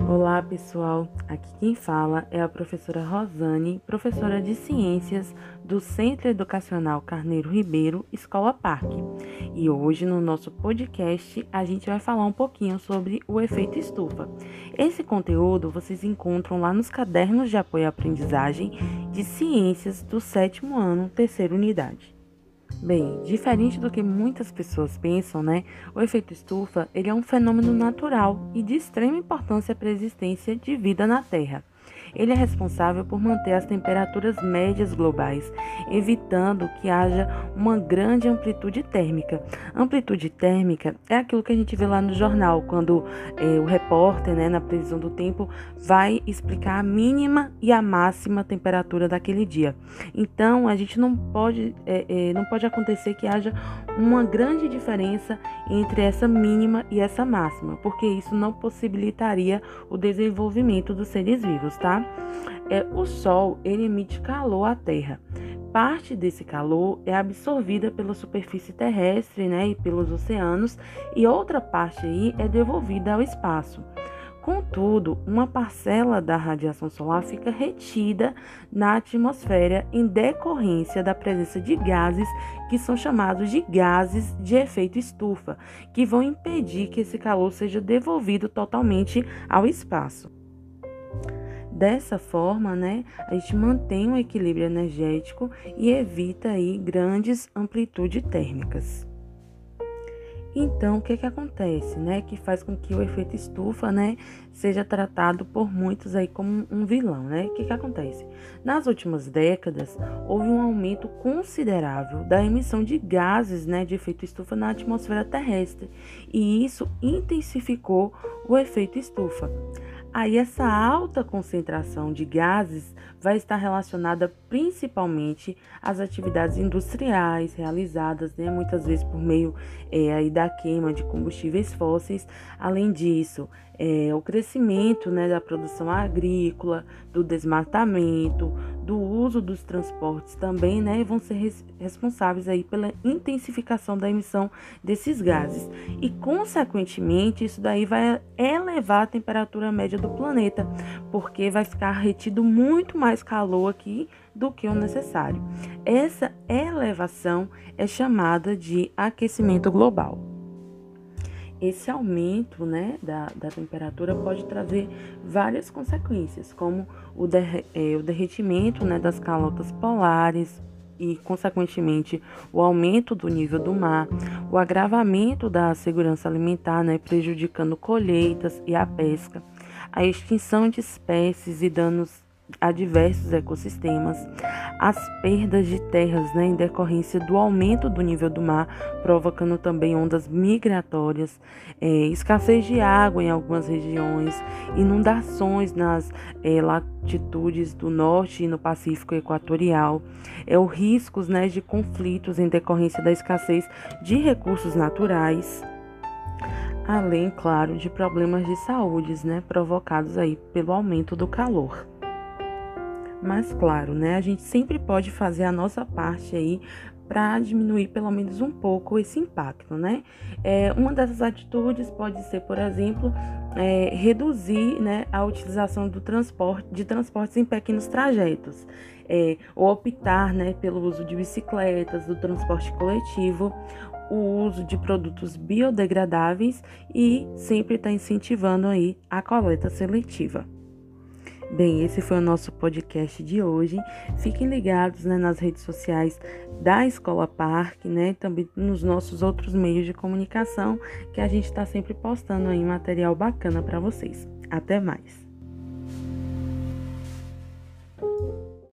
Olá pessoal, aqui quem fala é a professora Rosane, professora de Ciências do Centro Educacional Carneiro Ribeiro, Escola Parque. E hoje no nosso podcast a gente vai falar um pouquinho sobre o efeito estufa. Esse conteúdo vocês encontram lá nos cadernos de apoio à aprendizagem de Ciências do 7º ano, 3ª unidade. Bem, diferente do que muitas pessoas pensam, né? O efeito estufa, ele é um fenômeno natural e de extrema importância para a existência de vida na Terra. Ele é responsável por manter as temperaturas médias globais, evitando que haja uma grande amplitude térmica. Amplitude térmica é aquilo que a gente vê lá no jornal, quando o repórter, né, na previsão do tempo, vai explicar a mínima e a máxima temperatura daquele dia. Então, a gente não pode acontecer que haja uma grande diferença entre essa mínima e essa máxima, porque isso não possibilitaria o desenvolvimento dos seres vivos, tá? O Sol, ele emite calor à Terra. Parte desse calor é absorvida pela superfície terrestre, né, e pelos oceanos, e outra parte aí é devolvida ao espaço. Contudo, uma parcela da radiação solar fica retida na atmosfera em decorrência da presença de gases que são chamados de gases de efeito estufa, que vão impedir que esse calor seja devolvido totalmente ao espaço. Dessa forma, né, a gente mantém um equilíbrio energético e evita aí grandes amplitudes térmicas. Então, o que acontece, né, que faz com que o efeito estufa, né, seja tratado por muitos aí como um vilão, né? O que acontece? Nas últimas décadas, houve um aumento considerável da emissão de gases, né, de efeito estufa na atmosfera terrestre, e isso intensificou o efeito estufa. Aí essa alta concentração de gases vai estar relacionada principalmente às atividades industriais realizadas, né, muitas vezes por meio aí da queima de combustíveis fósseis. Além disso, o crescimento, né, da produção agrícola, do desmatamento, do uso dos transportes também, né, vão ser responsáveis aí pela intensificação da emissão desses gases. E, consequentemente, isso daí vai elevar a temperatura média do planeta, porque vai ficar retido muito mais calor aqui do que o necessário. Essa elevação é chamada de aquecimento global. Esse aumento, né, da temperatura pode trazer várias consequências, como o derretimento, né, das calotas polares e, consequentemente, o aumento do nível do mar, o agravamento da segurança alimentar, né, prejudicando colheitas e a pesca, a extinção de espécies e danos a diversos ecossistemas, as perdas de terras, né, em decorrência do aumento do nível do mar, provocando também ondas migratórias, escassez de água em algumas regiões, inundações nas latitudes do norte e no Pacífico Equatorial, os riscos, né, de conflitos em decorrência da escassez de recursos naturais, além, claro, de problemas de saúde, né, provocados aí pelo aumento do calor. Mas, claro, né, a gente sempre pode fazer a nossa parte aí para diminuir pelo menos um pouco esse impacto, né? Uma dessas atitudes pode ser, por exemplo, reduzir, né, a utilização de transportes em pequenos trajetos, ou optar, né, pelo uso de bicicletas, do transporte coletivo, o uso de produtos biodegradáveis e sempre estar incentivando aí a coleta seletiva. Bem, esse foi o nosso podcast de hoje. Fiquem ligados, né, nas redes sociais da Escola Parque, né, também nos nossos outros meios de comunicação, que a gente está sempre postando aí material bacana para vocês. Até mais!